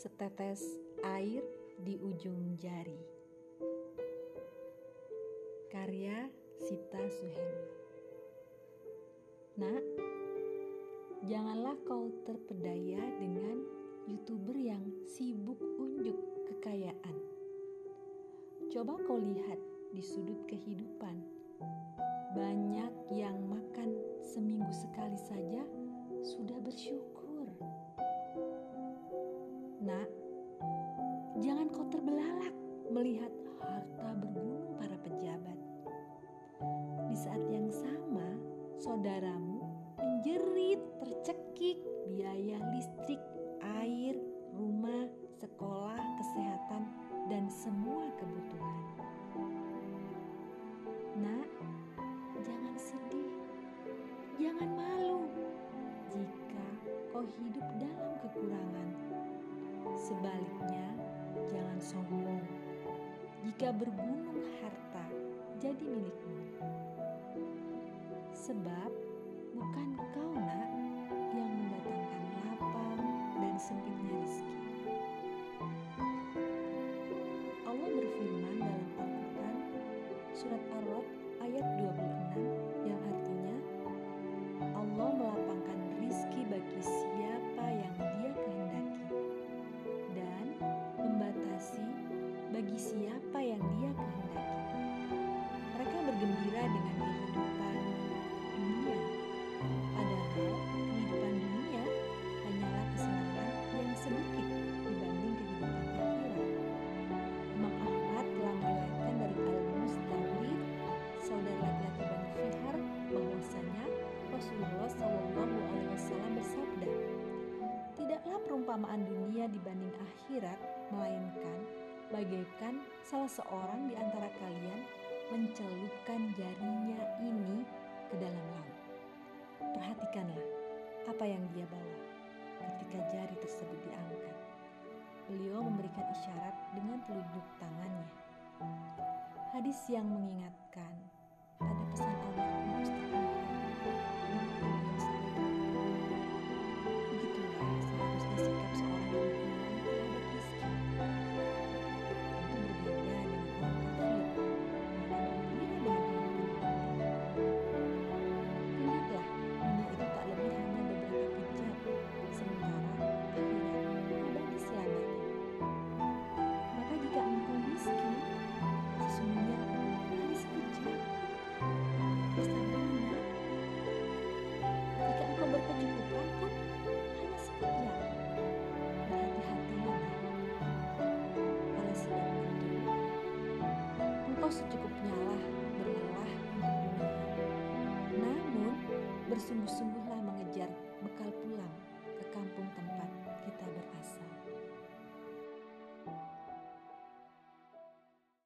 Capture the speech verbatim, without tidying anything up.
Setetes air di ujung jari. Karya Sita Suhemi. Nak, janganlah kau terpedaya dengan YouTuber yang sibuk unjuk kekayaan. Coba kau lihat di sudut kehidupan. Banyak yang makan seminggu sekali saja sudah bersyukur. Nak, jangan kau terbelalak melihat harta bergunung para pejabat. Di saat yang sama, saudaramu menjerit tercekik biaya listrik, air, rumah, sekolah, kesehatan, dan semua kebutuhan. Nak, jangan sedih, jangan malu jika kau hidup dalam kekurangan. Sebaliknya, jangan sombong jika bergunung harta jadi milikmu. Sebab bukan kau, Nak, yang mendatangkan lapang dan sempitnya rezeki. Allah berfirman dalam Al-Quran surat Ar-Ra'd ayat dua puluh enam yang artinya Allah melapangkan rizki bagi siapa yang Dia kehendaki dan membatasi bagi siapa yang Dia kehendaki. Mereka bergembira dengan kehidupan dunia, padahal kehidupan dunia hanyalah kesenangan yang sedikit dibanding kehidupan akhirat. Imam Ahmad telah meriwayatkan dari Al-Mustawrid, saudara laki-laki Bani Fihar, bahwasanya Rasulullah Shallallahu Alaihi Wasallam bersabda, tidaklah perumpamaan dunia dibanding akhirat, melainkan bagaikan salah seorang di antara kalian mencelupkan jarinya ini ke dalam laut. Perhatikanlah apa yang dia bawa ketika jari tersebut diangkat. Beliau memberikan isyarat dengan telunjuk tangannya. Hadis yang mengingatkan pada pesan almarhum Ustaz Muhammad bin beliau sabda, begitulah seharusnya sikap seorang yang beriman terhadap rezeki. Tentu berbeda dengan orang kafir yang gembira dengan kehidupan dunia. Ingatlah, dunia itu tak lebih hanya beberapa kejam, sementara akhirat abadi selamanya. Maka jika engkau miskin, sesungguhnya hanya sekejap. Bersabarlah. Jika engkau berkecukupan pun hanya sekejap. Berhati-hatilah. Oleh sebab itu, engkau secukupnya lah berlelah untuk dunia. Namun bersungguh-sungguh